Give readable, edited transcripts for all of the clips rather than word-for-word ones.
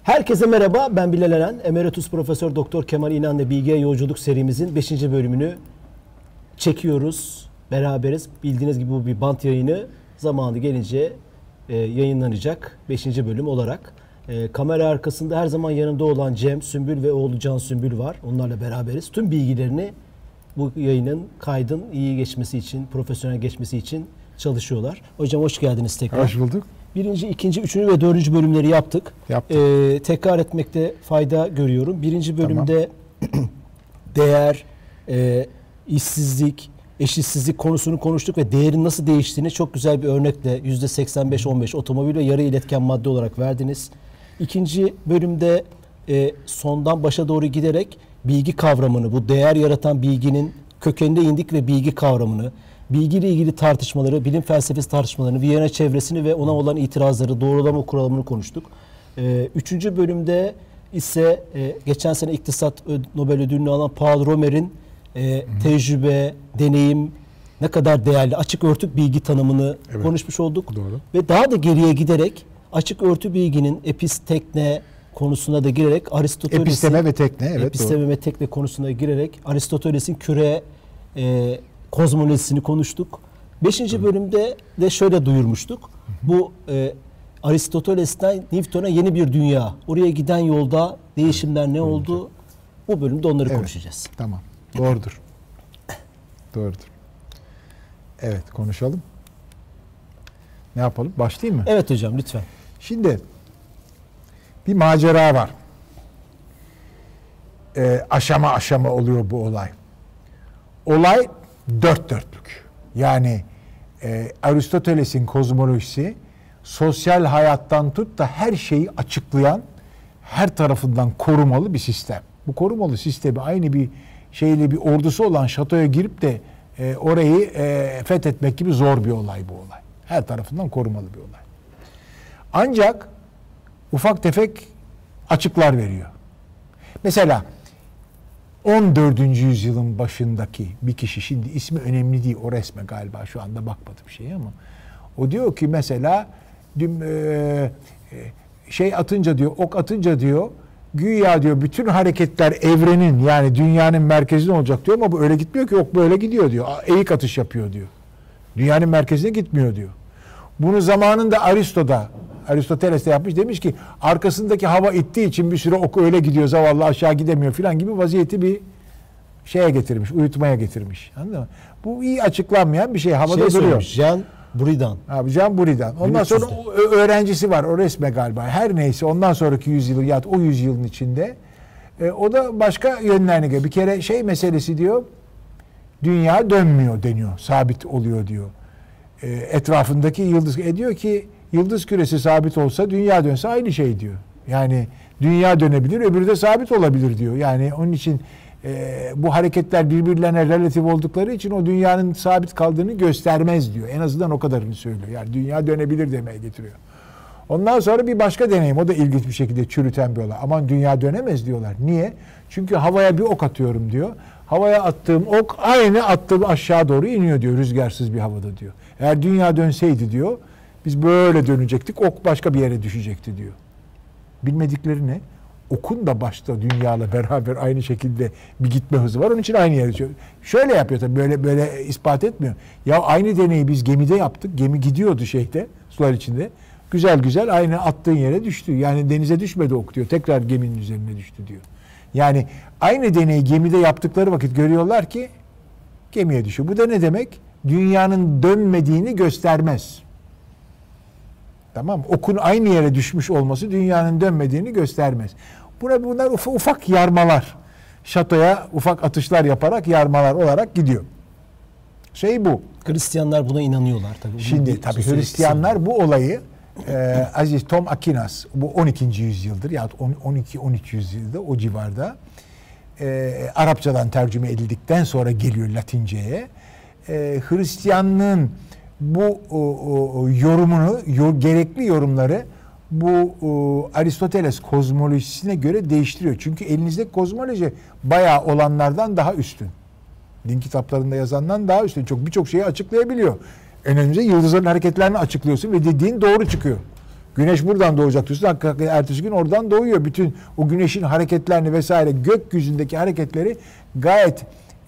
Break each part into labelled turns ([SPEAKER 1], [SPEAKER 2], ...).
[SPEAKER 1] Herkese merhaba, ben Bilal Eren. Emeritus Profesör Doktor Kemal İnan'la Bilgiye Yolculuk serimizin 5. bölümünü çekiyoruz. Beraberiz. Bildiğiniz gibi bu bir bant yayını. Zamanı gelince yayınlanacak 5. bölüm olarak. Kamera arkasında her zaman yanımda olan Cem Sümbül ve oğlu Can Sümbül var. Onlarla beraberiz. Tüm bilgilerini bu yayının, kaydın iyi geçmesi için, profesyonel geçmesi için çalışıyorlar. Hocam hoş geldiniz tekrar.
[SPEAKER 2] Hoş bulduk.
[SPEAKER 1] 1., 2., 3. ve 4. bölümleri yaptık. Tekrar etmekte fayda görüyorum. 1. bölümde değer, işsizlik, eşitsizlik konusunu konuştuk ve değerin nasıl değiştiğini çok güzel bir örnekle %85-15 otomobil ve yarı iletken madde olarak verdiniz. 2. bölümde sondan başa doğru giderek bilgi kavramını, bu değer yaratan bilginin kökenine indik ve bilgi kavramını, bilgiyle ilgili tartışmaları, bilim felsefesi tartışmalarını, Viyana çevresini ve ona olan itirazları, doğrulama kuramını konuştuk. 3. bölümde ise geçen sene İktisat Nobel ödülünü alan Paul Romer'in tecrübe, deneyim ne kadar değerli, açık örtük bilgi tanımını konuşmuş olduk.
[SPEAKER 2] Doğru.
[SPEAKER 1] Ve daha da geriye giderek açık örtü bilginin epistekne konusuna da girerek Aristoteles'in
[SPEAKER 2] episteme ve tekne, evet,
[SPEAKER 1] episteme
[SPEAKER 2] doğru.
[SPEAKER 1] ve tekne konusuna girerek Aristoteles'in küre kozmolojisini konuştuk. 5. bölümde de şöyle duyurmuştuk. Bu Aristoteles'ten Newton'a yeni bir dünya. Oraya giden yolda değişimler ne oldu? Bu bölümde onları konuşacağız.
[SPEAKER 2] Tamam. Doğrudur. Doğrudur. Evet, konuşalım. Ne yapalım? Başlayayım mı?
[SPEAKER 1] Evet hocam, lütfen.
[SPEAKER 2] Şimdi bir macera var. Aşama aşama oluyor bu olay. Olay dört dörtlük. Yani Aristoteles'in kozmolojisi sosyal hayattan tut da her şeyi açıklayan, her tarafından korumalı bir sistem. Bu korumalı sistemi aynı bir şeyle bir ordusu olan şatoya girip de orayı fethetmek gibi zor bir olay bu olay. Her tarafından korumalı bir olay. Ancak ufak tefek açıklar veriyor. Mesela 14. yüzyılın başındaki bir kişi, şimdi ismi önemli değil, o resme galiba şu anda bakmadım şeye ama o diyor ki mesela atınca diyor, ok atınca diyor, güya diyor bütün hareketler evrenin yani dünyanın merkezinde olacak diyor ama bu öyle gitmiyor ki, ok böyle gidiyor diyor. Eğik atış yapıyor diyor. Dünyanın merkezine gitmiyor diyor. Bunu zamanında Aristoteles de yapmış, demiş ki arkasındaki hava ittiği için bir süre ok öyle gidiyor, zavallı aşağı gidemiyor filan gibi vaziyeti bir şeye getirmiş, uyutmaya getirmiş. Anladın mı? Bu iyi açıklanmayan bir şey, havada duruyor.
[SPEAKER 1] Jean Buridan.
[SPEAKER 2] Abi Jean Buridan. Ondan sonra öğrencisi var, o resme galiba. Her neyse ondan sonraki yüzyıl ya o yüzyılın içinde o da başka yönlerine göre. Bir kere meselesi diyor, dünya dönmüyor deniyor, sabit oluyor diyor. Etrafındaki yıldız diyor ki yıldız küresi sabit olsa dünya dönse aynı şey diyor. Yani dünya dönebilir, öbürü de sabit olabilir diyor. Yani onun için bu hareketler birbirlerine relatif oldukları için o dünyanın sabit kaldığını göstermez diyor. En azından o kadarını söylüyor. Yani dünya dönebilir demeye getiriyor. Ondan sonra bir başka deneyim, o da ilginç bir şekilde çürüten bir olay. Aman dünya dönemez diyorlar. Niye? Çünkü havaya bir ok atıyorum diyor. Havaya attığım ok aynı attığım aşağı doğru iniyor diyor, rüzgarsız bir havada diyor. Eğer dünya dönseydi diyor, biz böyle dönecektik, ok başka bir yere düşecekti diyor. Bilmedikleri ne? Okun da başta dünyayla beraber aynı şekilde bir gitme hızı var. Onun için aynı yere düşüyor. Şöyle yapıyor tabii, böyle ispat etmiyor. Ya aynı deneyi biz gemide yaptık. Gemi gidiyordu sular içinde. Güzel aynı attığın yere düştü. Yani denize düşmedi ok diyor. Tekrar geminin üzerine düştü diyor. Yani aynı deneyi gemide yaptıkları vakit görüyorlar ki gemiye düşüyor. Bu da ne demek? Dünyanın dönmediğini göstermez. Tamam, okun aynı yere düşmüş olması dünyanın dönmediğini göstermez. Bunlar ufak yarmalar. Şatoya ufak atışlar yaparak yarmalar olarak gidiyor. Bu.
[SPEAKER 1] Hristiyanlar buna inanıyorlar tabii.
[SPEAKER 2] Şimdi tabii Hristiyanlar bu olayı Aziz Tom Aquinas, bu 12. yüzyıldır ya 12-13 yüzyılda o civarda Arapçadan tercüme edildikten sonra geliyor Latince'ye. Hristiyanlığın bu yorumunu, gerekli yorumları bu Aristoteles kozmolojisine göre değiştiriyor. Çünkü elinizdeki kozmoloji bayağı olanlardan daha üstün. Din kitaplarında yazandan daha üstün. Birçok şeyi açıklayabiliyor. En önemlisi yıldızların hareketlerini açıklıyorsun ve dediğin doğru çıkıyor. Güneş buradan doğacak diyorsun. Hakikaten ertesi gün oradan doğuyor. Bütün o güneşin hareketlerini vesaire, gökyüzündeki hareketleri gayet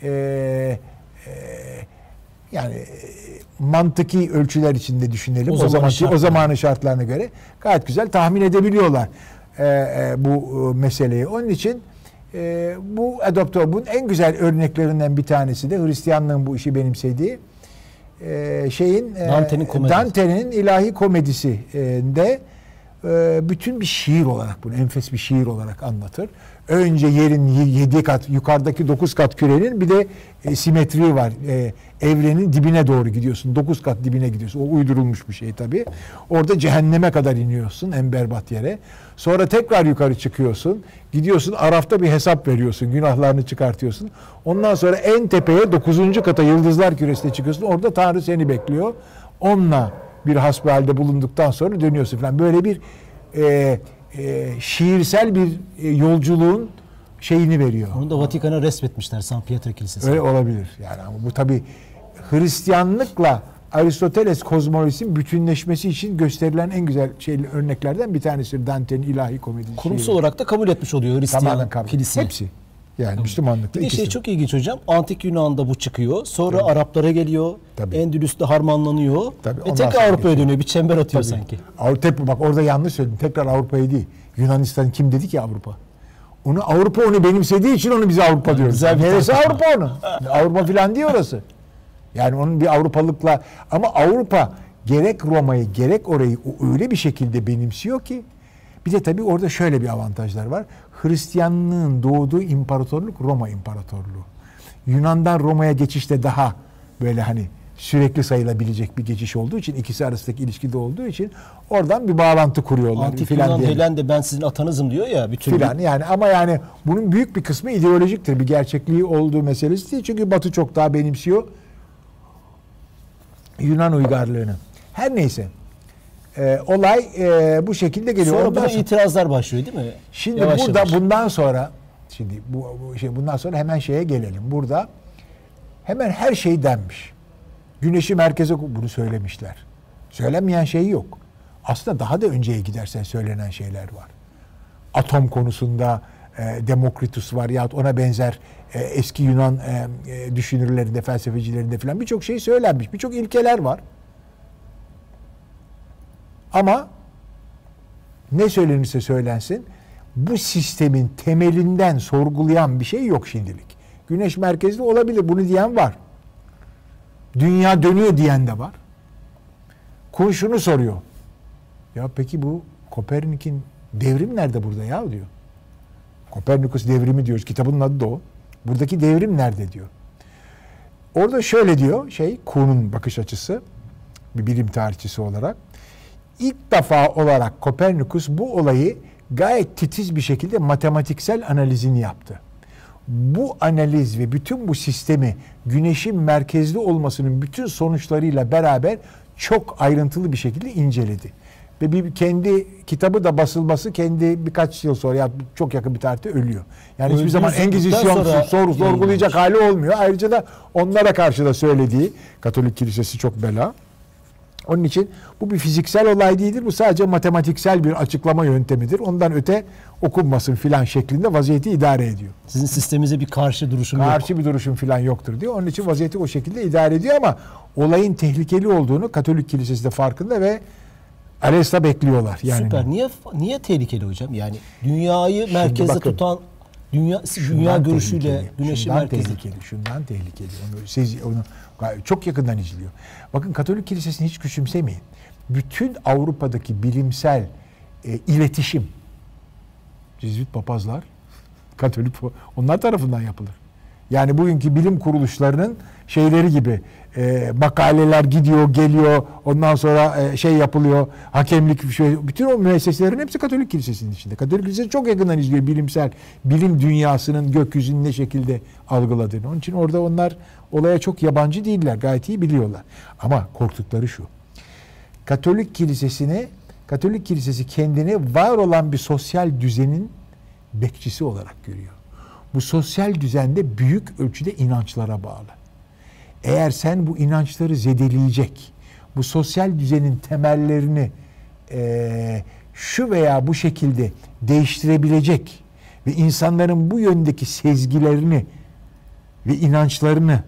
[SPEAKER 2] yani mantıki ölçüler içinde düşünelim. O zamanın şartlarına göre gayet güzel tahmin edebiliyorlar bu meseleyi. Onun için bu adoptörün en güzel örneklerinden bir tanesi de Hristiyanlığın bu işi benimsediği Dante'nin İlahi Komedisi de bütün bir şiir olarak, bunu enfes bir şiir olarak anlatır. Önce yerin 7 kat, yukarıdaki 9 kat kürenin bir de simetri var. Evrenin dibine doğru gidiyorsun. 9 kat dibine gidiyorsun. O uydurulmuş bir şey tabii. Orada cehenneme kadar iniyorsun, en berbat yere. Sonra tekrar yukarı çıkıyorsun. Gidiyorsun, Araf'ta bir hesap veriyorsun. Günahlarını çıkartıyorsun. Ondan sonra en tepeye 9. kata yıldızlar küresine çıkıyorsun. Orada Tanrı seni bekliyor. Onunla bir hasbihalde bulunduktan sonra dönüyorsun falan. Böyle bir şiirsel bir yolculuğun şeyini veriyor.
[SPEAKER 1] Onu da Vatikan'a resmetmişler, San Pietro Kilisesi.
[SPEAKER 2] Öyle olabilir. Yani ama bu tabii Hristiyanlıkla Aristoteles kozmolojisinin bütünleşmesi için gösterilen en güzel örneklerden bir tanesi Dante'nin İlahi Komedisi.
[SPEAKER 1] Kurumsal olarak da kabul etmiş oluyor Hristiyan kilisesi.
[SPEAKER 2] Hepsi. Yani Müslümanlıkta
[SPEAKER 1] bir
[SPEAKER 2] ikisi.
[SPEAKER 1] Çok ilginç hocam. Antik Yunan'da bu çıkıyor. Sonra Araplara geliyor. Endülüs'te harmanlanıyor. Ve tekrar Avrupa'ya dönüyor. Bir çember atıyor sanki.
[SPEAKER 2] Bak orada yanlış söyledim. Tekrar Avrupa'ya değil. Yunanistan kim dedi ki Avrupa? Avrupa onu benimsediği için onu bize Avrupa diyoruz. Neresi Avrupa onu? Avrupa filan değil orası. Yani onun bir Avrupalıkla, ama Avrupa gerek Roma'yı gerek orayı öyle bir şekilde benimsiyor ki, bir de tabii orada şöyle bir avantajlar var. Hristiyanlığın doğduğu imparatorluk Roma İmparatorluğu. Yunan'dan Roma'ya geçişte daha böyle hani sürekli sayılabilecek bir geçiş olduğu için, ikisi arasındaki ilişkide olduğu için oradan bir bağlantı kuruyorlar.
[SPEAKER 1] Antik Yunan Helen de ben sizin atanızım diyor ya.
[SPEAKER 2] Filan yani, ama yani bunun büyük bir kısmı ideolojiktir. Bir gerçekliği olduğu meselesi değil. Çünkü Batı çok daha benimsiyor Yunan uygarlığını. Her neyse. Olay bu şekilde geliyor.
[SPEAKER 1] Sonra buna itirazlar başlıyor değil mi?
[SPEAKER 2] Şimdi bundan sonra bundan sonra hemen şeye gelelim. Burada hemen her şey denmiş. Güneşi merkeze, bunu söylemişler. Söylenmeyen şey yok. Aslında daha da önceye gidersen söylenen şeyler var. Atom konusunda Demokritus var, yahut ona benzer eski Yunan düşünürlerinde, felsefecilerinde falan birçok şey söylenmiş. Birçok ilkeler var. Ama ne söylenirse söylensin, bu sistemin temelinden sorgulayan bir şey yok şimdilik. Güneş merkezli olabilir, bunu diyen var. Dünya dönüyor diyen de var. Kuş şunu soruyor. Ya peki bu Kopernik'in devrim nerede burada ya diyor. Kopernikus devrimi diyoruz. Kitabının adı da o. Buradaki devrim nerede diyor. Orada şöyle diyor Kuhn'un bakış açısı, bir bilim tarihçisi olarak. İlk defa olarak Kopernikus bu olayı gayet titiz bir şekilde matematiksel analizini yaptı. Bu analiz ve bütün bu sistemi güneşin merkezli olmasının bütün sonuçlarıyla beraber çok ayrıntılı bir şekilde inceledi. Ve kendi kitabı da basılması kendi birkaç yıl sonra, ya çok yakın bir tarihte ölüyor. Yani hiçbir zaman Engizisyon sorgulayacak hali olmuyor. Ayrıca da onlara karşı da söylediği, Katolik Kilisesi çok bela. Onun için bu bir fiziksel olay değildir. Bu sadece matematiksel bir açıklama yöntemidir. Ondan öte okunmasın filan şeklinde vaziyeti idare ediyor.
[SPEAKER 1] Sizin sisteminize bir karşı duruşum yok.
[SPEAKER 2] Karşı bir duruşum filan yoktur diyor. Onun için vaziyeti o şekilde idare ediyor, ama olayın tehlikeli olduğunu Katolik Kilisesi de farkında ve Alesta bekliyorlar. Yani
[SPEAKER 1] süper. Niye tehlikeli hocam? Yani dünyayı merkezde tutan dünya görüşüyle güneşi merkezde.
[SPEAKER 2] Şundan tehlikeli. Onu çok yakından izliyor. Bakın, Katolik Kilisesi'ni hiç küçümsemeyin. Bütün Avrupa'daki bilimsel iletişim, Cezvit papazlar, Katolik, onlar tarafından yapılır. Yani bugünkü bilim kuruluşlarının şeyleri gibi makaleler gidiyor, geliyor, ondan sonra yapılıyor, hakemlik, bütün o müesseselerin hepsi Katolik Kilisesi'nin içinde. Katolik Kilisesi çok yakından izliyor bilim dünyasının gökyüzünün ne şekilde algıladığını. Onun için orada onlar olaya çok yabancı değiller, gayet iyi biliyorlar. Ama korktukları şu: Katolik Kilisesi kendini var olan bir sosyal düzenin bekçisi olarak görüyor. Bu sosyal düzende büyük ölçüde inançlara bağlı. Eğer sen bu inançları zedeleyecek, bu sosyal düzenin temellerini şu veya bu şekilde değiştirebilecek ve insanların bu yöndeki sezgilerini ve inançlarını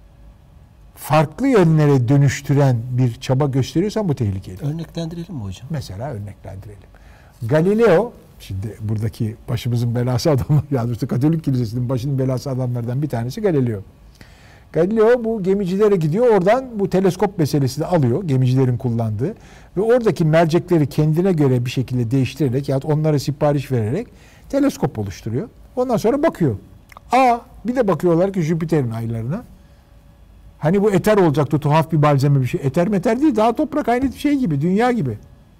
[SPEAKER 2] farklı yönlere dönüştüren bir çaba gösteriyorsan bu tehlikeli.
[SPEAKER 1] Örneklendirelim mi hocam?
[SPEAKER 2] Mesela örneklendirelim. Galileo, şimdi buradaki başımızın belası adamlar, yani işte Katolik Kilisesi'nin başının belası adamlardan bir tanesi Galileo. Galileo bu gemicilere gidiyor, oradan bu teleskop meselesini alıyor, gemicilerin kullandığı ve oradaki mercekleri kendine göre bir şekilde değiştirerek ya onlara sipariş vererek teleskop oluşturuyor. Ondan sonra bakıyor. Bir de bakıyorlar ki Jüpiter'in aylarına. Hani bu eter olacaktı, tuhaf bir malzeme bir şey. Eter meter değil, daha toprak, aynı şey gibi, dünya gibi.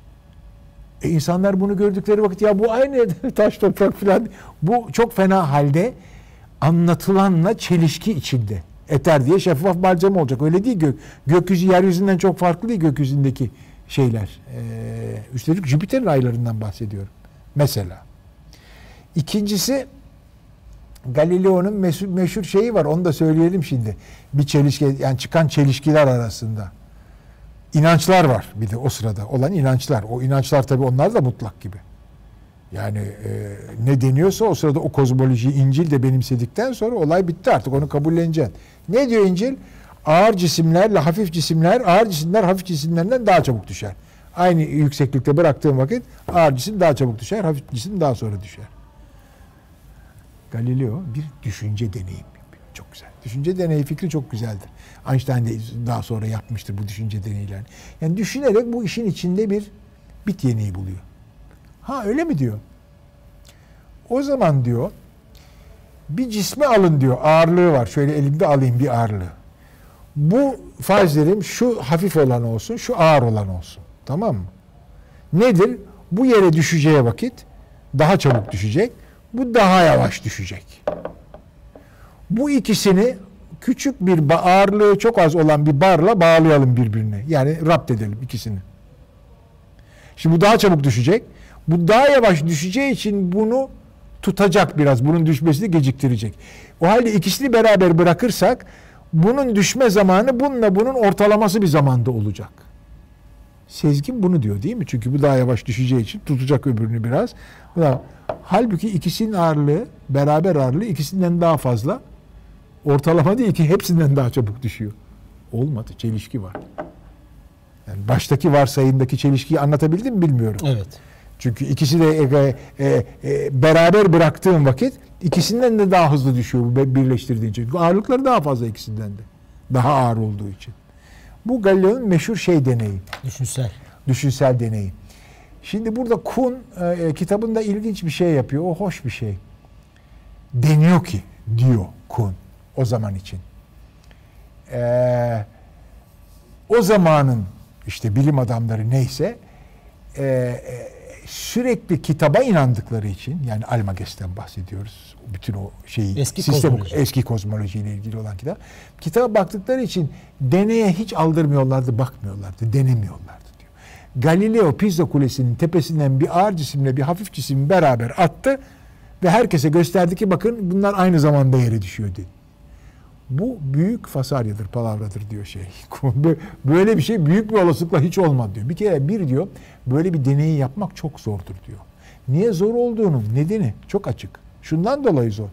[SPEAKER 2] İnsanlar bunu gördükleri vakit ya bu aynı taş toprak falan. Bu çok fena halde anlatılanla çelişki içinde. Eter diye şeffaf malzeme olacak. Öyle değil. Gökyüzü yeryüzünden çok farklı değil gökyüzündeki şeyler. Üstelik Jüpiter'in aylarından bahsediyorum. Mesela. İkincisi Galileo'nun meşhur şeyi var. Onu da söyleyelim şimdi. Bir çelişki, yani çıkan çelişkiler arasında. İnançlar var bir de o sırada olan inançlar. O inançlar tabii onlar da mutlak gibi. Yani ne deniyorsa o sırada o kozmolojiyi İncil de benimsedikten sonra olay bitti artık. Onu kabulleneceksin. Ne diyor İncil? Ağır cisimlerle hafif cisimler, ağır cisimler hafif cisimlerinden daha çabuk düşer. Aynı yükseklikte bıraktığın vakit ağır cisim daha çabuk düşer, hafif cisim daha sonra düşer. Galileo bir düşünce deneyi yapıyor. Çok güzel. Düşünce deneyi fikri çok güzeldir. Einstein de daha sonra yapmıştır bu düşünce deneylerini. Yani düşünerek bu işin içinde bir bit yeneği buluyor. Öyle mi diyor? O zaman diyor bir cismi alın diyor. Ağırlığı var. Şöyle elimde alayım bir ağırlığı. Bu farzlerim şu hafif olan olsun, şu ağır olan olsun. Tamam mı? Nedir? Bu yere düşeceği vakit daha çabuk düşecek. Bu daha yavaş düşecek. Bu ikisini küçük bir ağırlığı çok az olan bir barla bağlayalım birbirine. Yani rapt edelim ikisini. Şimdi bu daha çabuk düşecek. Bu daha yavaş düşeceği için bunu tutacak biraz. Bunun düşmesini geciktirecek. O halde ikisini beraber bırakırsak bunun düşme zamanı bununla bunun ortalaması bir zamanda olacak. Sezgin bunu diyor değil mi? Çünkü bu daha yavaş düşeceği için tutacak öbürünü biraz. Halbuki ikisinin ağırlığı, beraber ağırlığı ikisinden daha fazla. Ortalama değil ki hepsinden daha çabuk düşüyor. Olmadı. Çelişki var. Yani baştaki varsayımdaki çelişkiyi anlatabildim mi bilmiyorum.
[SPEAKER 1] Evet.
[SPEAKER 2] Çünkü ikisi de beraber bıraktığım vakit ikisinden de daha hızlı düşüyor bu birleştirdiğin için. Çünkü ağırlıkları daha fazla ikisinden de. Daha ağır olduğu için. Bu Galileo'nun meşhur deneyi. Düşünsel deneyi. Şimdi burada Kuhn kitabında ilginç bir şey yapıyor. O hoş bir şey. Deniyor ki diyor Kuhn o zaman için. O zamanın işte bilim adamları neyse sürekli kitaba inandıkları için, yani Almages'ten bahsediyoruz. Bütün o şeyi eski kozmolojiyle ilgili olan kitap. Kitaba baktıkları için deneye hiç aldırmıyorlardı, bakmıyorlardı, denemiyorlardı diyor. Galileo Pisa Kulesi'nin tepesinden bir ağır cisimle bir hafif cisim beraber attı ve herkese gösterdi ki bakın bunlar aynı zamanda yere düşüyor dedi. Bu büyük fasaryadır, palavradır diyor Böyle bir şey büyük bir olasılıkla hiç olmaz diyor. Bir kere diyor böyle bir deneyi yapmak çok zordur diyor. Niye zor olduğunun nedeni çok açık. Şundan dolayı zor.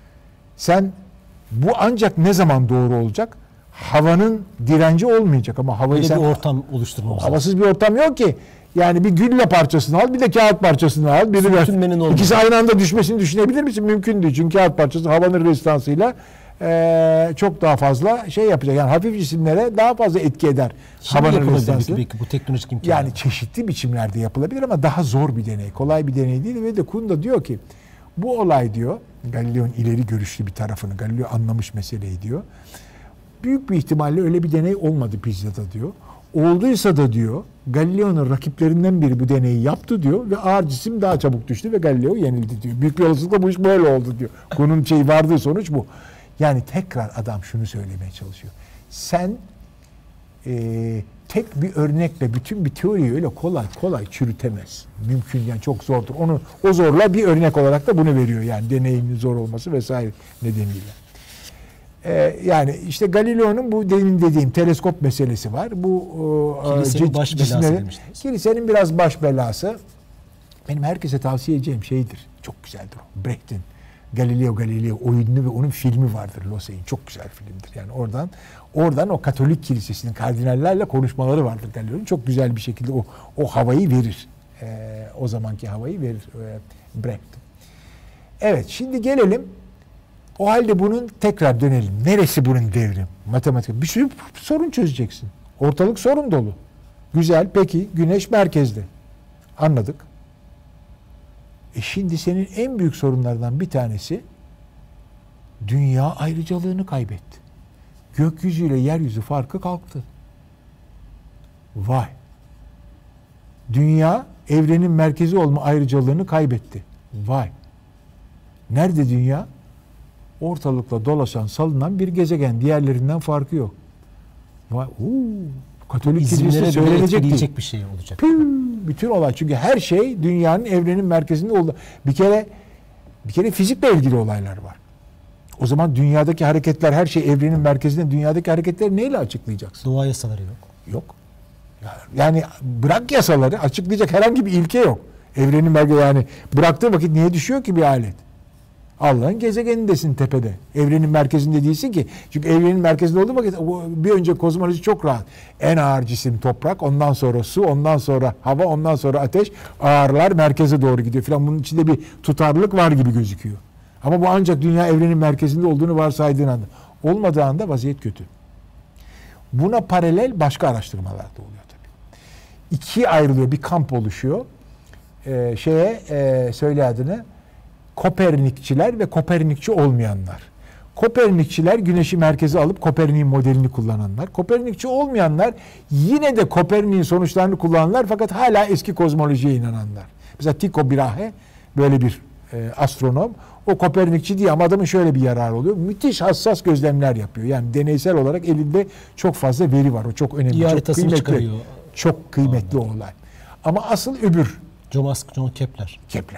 [SPEAKER 2] Bu ancak ne zaman doğru olacak? Havanın direnci olmayacak ama havayı
[SPEAKER 1] bir ortam oluşturmamız.
[SPEAKER 2] Havasız bir ortam yok ki. Yani bir gülle parçasını al, bir de kağıt parçasını al. İkisi aynı anda düşmesini düşünebilir misin? Mümkün değil. Çünkü kağıt parçası havanın rezistansıyla çok daha fazla yapacak. Yani hafif cisimlere daha fazla etki eder.
[SPEAKER 1] Havanın rezistansı. Peki bu teknolojik imkanlar.
[SPEAKER 2] Yani çeşitli biçimlerde yapılabilir ama daha zor bir deney. Kolay bir deney değil ve de Kuhn da diyor ki bu olay diyor Galileo'nun ileri görüşlü bir tarafını, Galileo anlamış meseleyi diyor. Büyük bir ihtimalle öyle bir deney olmadı Pisa'da diyor. Olduysa da diyor Galileo'nun rakiplerinden biri bu deneyi yaptı diyor ve ağır cisim daha çabuk düştü ve Galileo yenildi diyor. Büyük bir olasılıkla bu iş böyle oldu diyor. Kuhn'un vardığı sonuç bu. Yani tekrar adam şunu söylemeye çalışıyor. Sen tek bir örnekle bütün bir teoriyi öyle kolay çürütemez. Mümkün yani çok zordur. O zorla bir örnek olarak da bunu veriyor. Yani deneyimin zor olması vesaire nedeniyle. Yani işte Galileo'nun bu demin dediğim teleskop meselesi var. Bu
[SPEAKER 1] kilisenin baş belası demiştiniz.
[SPEAKER 2] Kilisenin biraz baş belası. Benim herkese tavsiye edeceğim şeydir. Çok güzeldir o. Brecht'in Galileo oyununu ve onun filmi vardır, Lossay'in. Çok güzel filmdir. Yani oradan o Katolik kilisesinin kardinallerle konuşmaları vardır Galileo'nun. Çok güzel bir şekilde o havayı verir. O zamanki havayı verir Brecht. Evet, şimdi gelelim. O halde bunun tekrar dönelim. Neresi bunun devrim? Matematik. Bir sürü sorun çözeceksin. Ortalık sorun dolu. Güzel. Peki güneş merkezde. Anladık. Şimdi senin en büyük sorunlardan bir tanesi dünya ayrıcalığını kaybetti. Gökyüzüyle yeryüzü farkı kalktı. Vay. Dünya evrenin merkezi olma ayrıcalığını kaybetti. Vay. Nerede dünya? Ortalıkla dolaşan, salınan bir gezegen. Diğerlerinden farkı yok. Vay. Katolik kilisesi söylenecek
[SPEAKER 1] bir şey olacak.
[SPEAKER 2] Bütün olay. Çünkü her şey dünyanın, evrenin merkezinde oldu. Bir kere fizikle ilgili olaylar var. O zaman dünyadaki hareketler, her şey evrenin merkezinde, dünyadaki hareketleri neyle açıklayacaksın?
[SPEAKER 1] Doğa yasaları yok.
[SPEAKER 2] Yok. Yani bırak yasaları, açıklayacak herhangi bir ilke yok. Evrenin merkezi, yani bıraktığı vakit niye düşüyor ki bir alet? Allah'ın gezegenindesin tepede. Evrenin merkezinde değilsin ki. Çünkü evrenin merkezinde olduğu vakit bir önce kozmoloji çok rahat. En ağır cisim toprak, ondan sonra su, ondan sonra hava, ondan sonra ateş. Ağırlar merkeze doğru gidiyor falan. Bunun içinde bir tutarlılık var gibi gözüküyor. Ama bu ancak dünya evrenin merkezinde olduğunu varsaydığın anda. Olmadığı anda vaziyet kötü. Buna paralel başka araştırmalar da oluyor tabii. İkiye ayrılıyor. Bir kamp oluşuyor. Söyle adını. Kopernikçiler ve Kopernikçi olmayanlar. Kopernikçiler güneşi merkeze alıp Kopernik'in modelini kullananlar. Kopernikçi olmayanlar yine de Kopernik'in sonuçlarını kullananlar fakat hala eski kozmolojiye inananlar. Mesela Tycho Brahe böyle bir astronom. O Kopernikçi değil ama adamın şöyle bir yararı oluyor. Müthiş hassas gözlemler yapıyor. Yani deneysel olarak elinde çok fazla veri var. O çok önemli. Çok kıymetli. Çıkarıyor. Çok kıymetli olay. Ama asıl öbür.
[SPEAKER 1] John Kepler.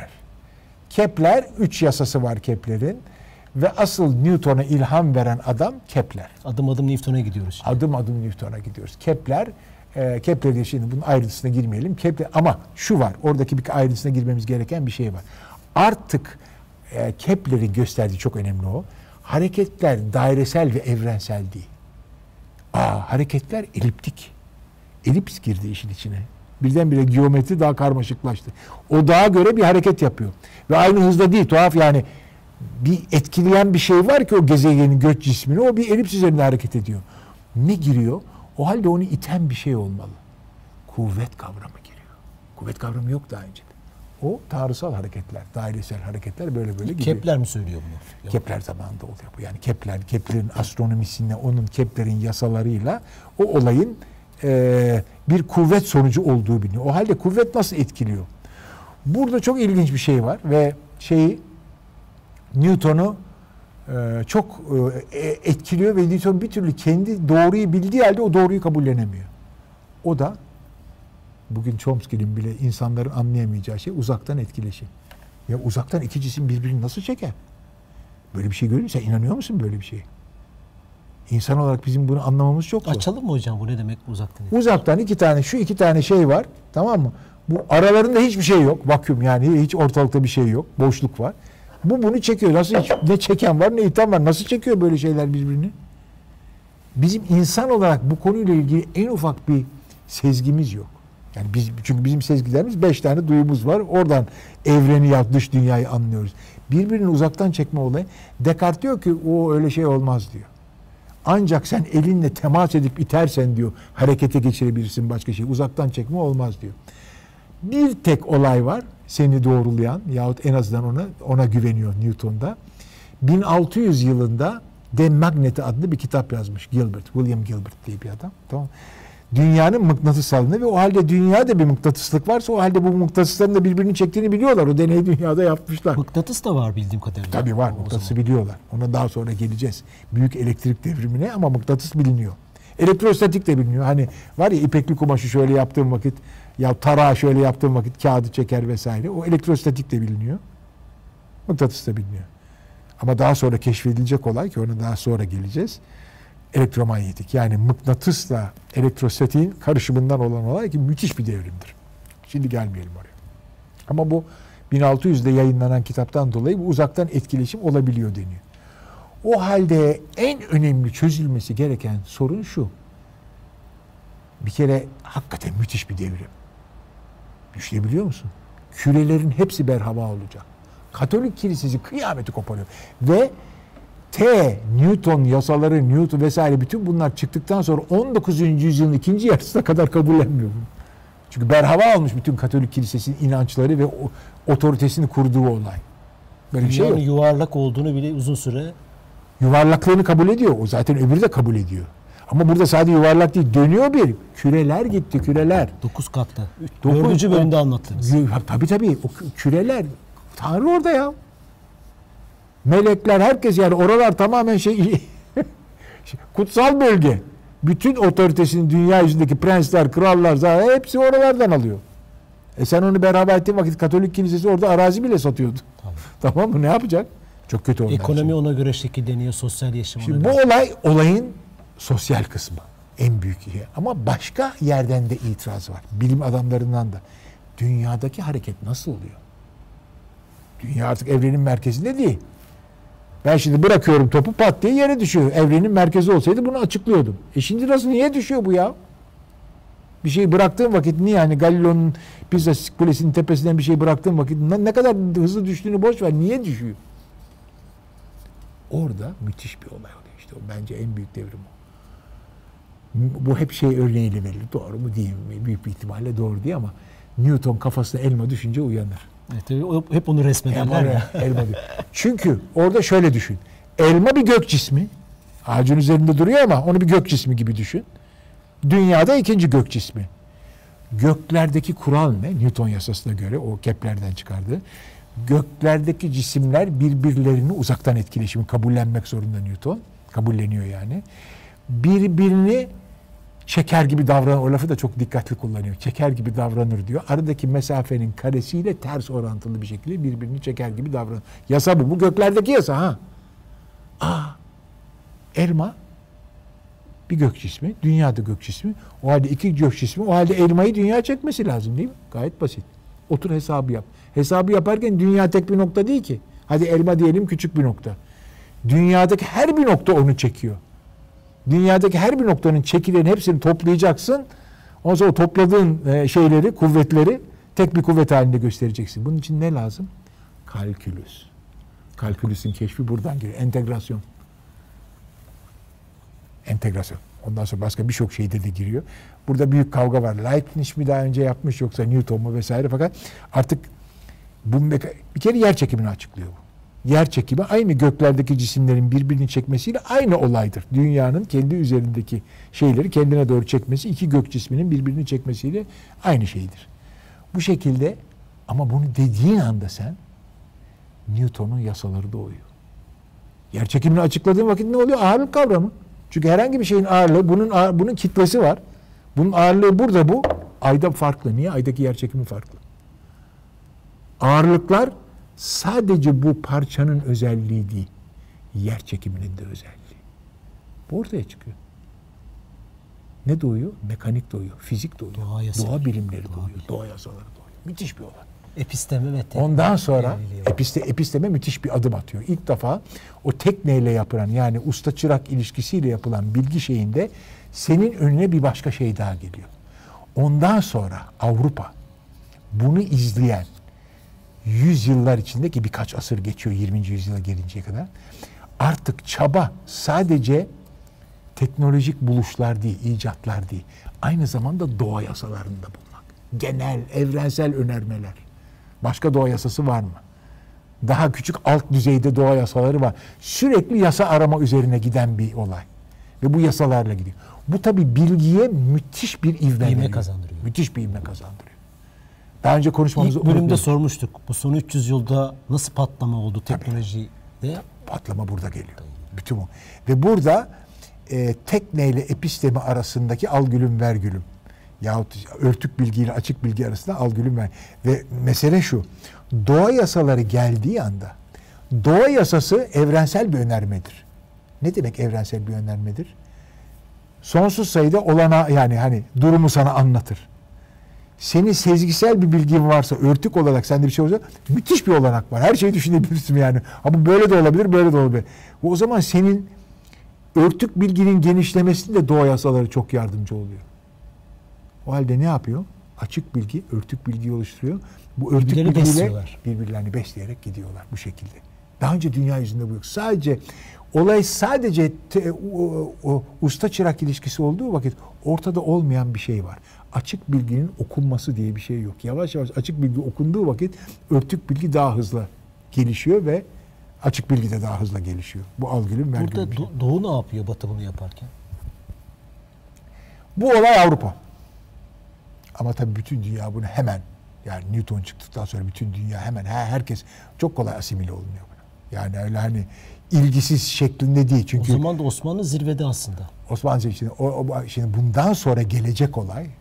[SPEAKER 2] Kepler 3 yasası var Kepler'in ve asıl Newton'a ilham veren adam Kepler.
[SPEAKER 1] Adım adım Newton'a gidiyoruz.
[SPEAKER 2] Şimdi. Adım adım Newton'a gidiyoruz. Kepler'de şimdi bunun ayrıntısına girmeyelim. Ama şu var, oradaki bir ayrıntısına girmemiz gereken bir şey var. Artık Kepler'in gösterdiği çok önemli o. Hareketler dairesel ve evrensel değil. Hareketler eliptik. Elips girdi işin içine. Birdenbire geometri daha karmaşıklaştı. O dağa göre bir hareket yapıyor. Ve aynı hızda değil, tuhaf yani. Bir etkileyen bir şey var ki o gezegenin göç cismini, o bir elips üzerinde hareket ediyor. Ne giriyor? O halde onu iten bir şey olmalı. Kuvvet kavramı giriyor. Kuvvet kavramı yok daha önce. O tanrısal hareketler, dairesel hareketler böyle gidiyor.
[SPEAKER 1] Kepler mi söylüyor bunu?
[SPEAKER 2] Kepler zamanında oluyor bu. Yani Kepler'in astronomisinde, Kepler'in yasalarıyla o olayın bir kuvvet sonucu olduğu biliniyor. O halde kuvvet nasıl etkiliyor? Burada çok ilginç bir şey var ve Newton'u çok etkiliyor ve Newton bir türlü kendi doğruyu bildiği halde o doğruyu kabullenemiyor. O da bugün Chomsky'nin bile insanların anlayamayacağı şey uzaktan etkileşim. Ya uzaktan iki cisim birbirini nasıl çeker? Böyle bir şey görüyor musun? Sen inanıyor musun böyle bir şeye? İnsan olarak bizim bunu anlamamız çok zor.
[SPEAKER 1] Açalım mı hocam bu ne demek uzaktan?
[SPEAKER 2] Uzaktan iki tane şey var, tamam mı? Bu aralarında hiçbir şey yok. Vakyum, yani hiç ortalıkta bir şey yok. Boşluk var. Bunu çekiyor. Nasıl, ne çeken var ne iten var. Nasıl çekiyor böyle şeyler birbirini? Bizim insan olarak bu konuyla ilgili en ufak bir sezgimiz yok. Yani çünkü bizim sezgilerimiz 5 tane duyumuz var. Oradan evreni, dış dünyayı anlıyoruz. Birbirini uzaktan çekme olayı. Descartes diyor ki o öyle şey olmaz diyor. Ancak sen elinle temas edip itersen diyor harekete geçirebilirsin başka şey. Uzaktan çekme olmaz diyor. Bir tek olay var seni doğrulayan yahut en azından ona güveniyor Newton'da. 1600 yılında De Magnete adlı bir kitap yazmış William Gilbert diye bir adam. Tamam. Dünyanın mıknatıssallığı ve o halde dünyada bir mıknatıslık varsa o halde bu mıknatısların da birbirini çektiğini biliyorlar. O deneyi dünyada yapmışlar.
[SPEAKER 1] Mıknatıs da var bildiğim kadarıyla.
[SPEAKER 2] Tabii var. Mıknatısı biliyorlar. Ona daha sonra geleceğiz. Büyük elektrik devrimine ama mıknatıs biliniyor. Elektrostatik de biliniyor. Hani var ya ipekli kumaşı şöyle yaptığım vakit ya tarağı şöyle yaptığım vakit kağıdı çeker vesaire. O elektrostatik de biliniyor. Mıknatıs da biliniyor. Ama daha sonra keşfedilecek olay ki ona daha sonra geleceğiz. Elektromanyetik, yani mıknatısla elektrostatiğin karışımından olan olay ki müthiş bir devrimdir. Şimdi gelmeyelim oraya. Ama bu 1600'de yayınlanan kitaptan dolayı bu uzaktan etkileşim olabiliyor deniyor. O halde en önemli çözülmesi gereken sorun şu. Bir kere hakikaten müthiş bir devrim. Düşünebiliyor musun? Kürelerin hepsi berhava olacak. Katolik kilisesi kıyameti koparıyor. Ve Newton yasaları, Newton vesaire bütün bunlar çıktıktan sonra 19. yüzyılın ikinci yarısına kadar kabullenmiyor bunu. Çünkü berhava olmuş bütün Katolik kilisesinin inançları ve otoritesini kurduğu olay. Böyle bir şey yok.
[SPEAKER 1] Yuvarlak olduğunu bile uzun süre
[SPEAKER 2] yuvarlaklığını kabul ediyor. O zaten öbürü de kabul ediyor. Ama burada sadece yuvarlak değil, dönüyor bir. Küreler gitti, küreler.
[SPEAKER 1] 9 katta. 4. bölümde anlattınız.
[SPEAKER 2] Tabii. O küreler. Tanrı orada ya. Melekler, herkes, yani oralar tamamen kutsal bölge. Bütün otoritesini dünya yüzündeki prensler, krallar, hepsi oralardan alıyor. Sen onu beraber ettiğin vakit Katolik kilisesi orada arazi bile satıyordu. Tamam mı? Ne yapacak? Çok kötü ondan.
[SPEAKER 1] Ekonomi ona göre şekilleniyor, sosyal yaşam ona
[SPEAKER 2] Şimdi
[SPEAKER 1] göre.
[SPEAKER 2] bu olayın sosyal kısmı. En büyük şey. Ama başka yerden de itiraz var. Bilim adamlarından da. Dünyadaki hareket nasıl oluyor? Dünya artık evrenin merkezinde değil. Ben şimdi bırakıyorum topu, pat diye yere düşüyor. Evrenin merkezi olsaydı bunu açıklıyordum. Şimdi niye düşüyor bu ya? Bir şeyi bıraktığım vakit niye? Yani Galileo'nun Pisa Kulesi'nin tepesinden bir şey bıraktığım vakit ne kadar hızlı düştüğünü boş ver. Niye düşüyor? Orada müthiş bir olay oluyor. İşte o bence en büyük devrim o. Bu hep örneğiyle verilir. Doğru mu değil mi? Büyük bir ihtimalle doğru değil ama Newton kafasına elma düşünce uyanır.
[SPEAKER 1] Evet, hep onu resmederler ya.
[SPEAKER 2] Elma. Çünkü orada şöyle düşün. Elma bir gök cismi. Ağacın üzerinde duruyor ama onu bir gök cismi gibi düşün. Dünyada ikinci gök cismi. Göklerdeki kural ne? Newton yasasına göre, o Kepler'den çıkardığı. Göklerdeki cisimler birbirlerini uzaktan etkileşimi kabullenmek zorunda Newton. Kabulleniyor yani. Birbirini çeker gibi davranır. O lafı da çok dikkatli kullanıyor. Çeker gibi davranır diyor. Aradaki mesafenin karesiyle ters orantılı bir şekilde birbirini çeker gibi davranır. Yasa bu. Bu göklerdeki yasa ha. Elma bir gök cismi. Dünyada gök cismi. O halde iki gök cismi. O halde elmayı dünya çekmesi lazım değil mi? Gayet basit. Otur hesabı yap. Hesabı yaparken dünya tek bir nokta değil ki. Hadi elma diyelim küçük bir nokta. Dünyadaki her bir nokta onu çekiyor. Dünyadaki her bir noktanın çekilerin hepsini toplayacaksın. Ondan sonra topladığın şeyleri, kuvvetleri tek bir kuvvet halinde göstereceksin. Bunun için ne lazım? Kalkülüs. Kalkülüsün keşfi buradan geliyor. Entegrasyon. Ondan sonra başka birçok şeyde de giriyor. Burada büyük kavga var. Leibniz mi daha önce yapmış yoksa Newton mu vesaire, fakat artık bir kere yer çekimini açıklıyor bu. Yer çekimi aynı göklerdeki cisimlerin birbirini çekmesiyle aynı olaydır. Dünyanın kendi üzerindeki şeyleri kendine doğru çekmesi, iki gök cisminin birbirini çekmesiyle aynı şeydir. Bu şekilde, ama bunu dediğin anda sen Newton'un yasaları doğuyor. Yer çekimini açıkladığın vakit ne oluyor? Ağırlık kavramı. Çünkü herhangi bir şeyin ağırlığı, bunun kitlesi var. Bunun ağırlığı burada bu. Ayda farklı. Niye? Aydaki yer çekimi farklı. Ağırlıklar sadece bu parçanın özelliği değil. Yer çekiminin de özelliği. Bu ortaya çıkıyor. Ne doğuyor? Mekanik doğuyor. Fizik doğuyor. Doğa bilimleri doğuyor. Doğa yasaları doğuyor. Müthiş bir olay.
[SPEAKER 1] Episteme ve tekne.
[SPEAKER 2] Ondan sonra episteme müthiş bir adım atıyor. İlk defa o tekneyle yapılan, yani usta çırak ilişkisiyle yapılan bilgi şeyinde senin önüne bir başka şey daha geliyor. Ondan sonra Avrupa bunu izleyen yüzyıllar içinde, ki birkaç asır geçiyor 20. yüzyıla gelinceye kadar, artık çaba sadece teknolojik buluşlar değil, icatlar değil. Aynı zamanda doğa yasalarında bulmak. Genel, evrensel önermeler. Başka doğa yasası var mı? Daha küçük alt düzeyde doğa yasaları var. Sürekli yasa arama üzerine giden bir olay. Ve bu yasalarla gidiyor. Bu tabii bilgiye müthiş bir ivme
[SPEAKER 1] kazandırıyor.
[SPEAKER 2] Müthiş bir ivme kazandırıyor. Daha önce konuşmamızı
[SPEAKER 1] İlk bölümde sormuştuk. Bu son 300 yılda nasıl patlama oldu teknolojide?
[SPEAKER 2] Patlama burada geliyor. Bütün o. Ve burada tekneyle epistemi arasındaki al gülüm ver gülüm. Yahut örtük bilgiyle açık bilgi arasında al gülüm ver. Ve mesele şu. Doğa yasaları geldiği anda Doğa yasası evrensel bir önermedir. Ne demek evrensel bir önermedir? Sonsuz sayıda olana, yani hani durumu sana anlatır. Senin sezgisel bir bilgin varsa, örtük olarak sende bir şey olursa müthiş bir olanak var. Her şeyi düşünebilirsin yani. Ama böyle de olabilir, böyle de olabilir. O zaman senin örtük bilginin genişlemesinde doğa yasaları çok yardımcı oluyor. O halde ne yapıyor? Açık bilgi, örtük bilgiyi oluşturuyor. Bu örtük bilgiyle birbirlerini besleyerek gidiyorlar bu şekilde. Daha önce dünya yüzünde bu yok. Olay sadece usta çırak ilişkisi olduğu vakit ortada olmayan bir şey var. Açık bilginin okunması diye bir şey yok. Yavaş yavaş açık bilgi okunduğu vakit örtük bilgi daha hızlı gelişiyor ve açık bilgi de daha hızlı gelişiyor. Bu algılım vergülüm.
[SPEAKER 1] Burada Doğu ne yapıyor Batı bunu yaparken?
[SPEAKER 2] Bu olay Avrupa. Ama tabii bütün dünya bunu hemen, yani Newton çıktıktan sonra bütün dünya hemen herkes çok kolay asimile olunuyor buna. Yani öyle hani ilgisiz şeklinde değil. Çünkü
[SPEAKER 1] o zaman da Osmanlı zirvede aslında.
[SPEAKER 2] Osmanlı şimdi bundan sonra gelecek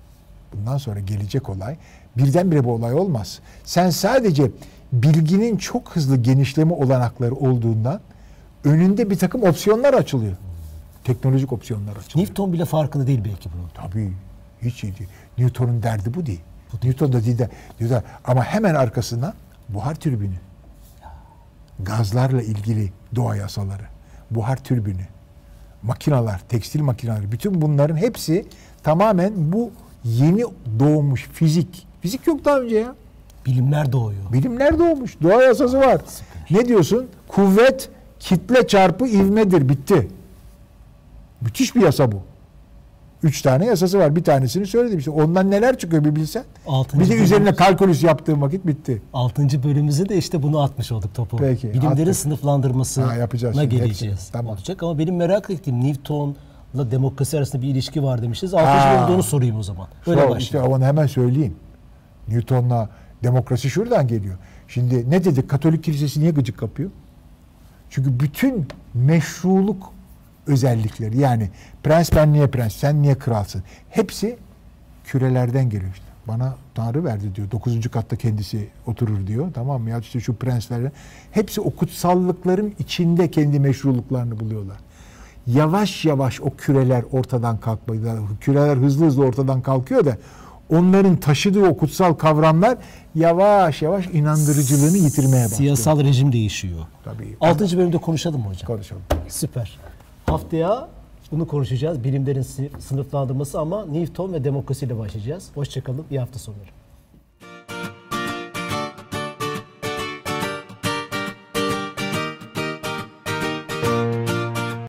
[SPEAKER 2] olay birdenbire bu olay olmaz. Sen sadece bilginin çok hızlı genişleme olanakları olduğundan önünde bir takım opsiyonlar açılıyor. Teknolojik opsiyonlar açılıyor.
[SPEAKER 1] Newton bile farkında değil belki bunun.
[SPEAKER 2] Tabii. Hiç iyi değil. Newton'un derdi bu değil. Newton da değil de, ama hemen arkasından buhar türbini. Gazlarla ilgili doğa yasaları. Buhar türbini. Makineler, tekstil makineleri. Bütün bunların hepsi tamamen bu yeni doğmuş fizik. Fizik yok daha önce ya.
[SPEAKER 1] Bilimler doğuyor.
[SPEAKER 2] Bilimler doğmuş. Doğa yasası var. Süper. Ne diyorsun? Kuvvet kitle çarpı ivmedir. Bitti. Müthiş bir yasa bu. 3 tane yasası var. Bir tanesini söyledim işte. Ondan neler çıkıyor bir bilsen. Bir de üzerine kalkülüs yaptığım vakit bitti.
[SPEAKER 1] 6. bölümümüzde de işte bunu atmış olduk topu.
[SPEAKER 2] Peki,
[SPEAKER 1] bilimlerin sınıflandırmasına geleceğiz.
[SPEAKER 2] Tamam.
[SPEAKER 1] Olacak ama benim merak ettiğim Newton'la demokrasi arasında bir ilişki var demişiz. 6. bölümde onu sorayım o zaman. Öyle başlayalım.
[SPEAKER 2] İşte onu hemen söyleyeyim. Newton'la demokrasi şuradan geliyor. Şimdi ne dedik? Katolik kilisesi niye gıcık kapıyor? Çünkü bütün meşruluk özellikleri, yani prens ben niye prens, sen niye kralsın, hepsi kürelerden geliyor işte. Bana Tanrı verdi diyor. 9. katta kendisi oturur diyor. Tamam mı? Ya işte şu prenslerle hepsi o kutsallıkların içinde kendi meşruluklarını buluyorlar. Yavaş yavaş o küreler ortadan kalkmıyor. Küreler hızlı hızlı ortadan kalkıyor da onların taşıdığı o kutsal kavramlar yavaş yavaş inandırıcılığını yitirmeye başlıyor.
[SPEAKER 1] Siyasal rejim değişiyor.
[SPEAKER 2] Tabii.
[SPEAKER 1] 6. bölümde konuşalım mı hocam?
[SPEAKER 2] Konuşalım.
[SPEAKER 1] Süper. Haftaya bunu konuşacağız. Bilimlerin sınıflandırması ama Newton ve demokrasiyle başlayacağız. Hoşçakalın. İyi hafta sonları.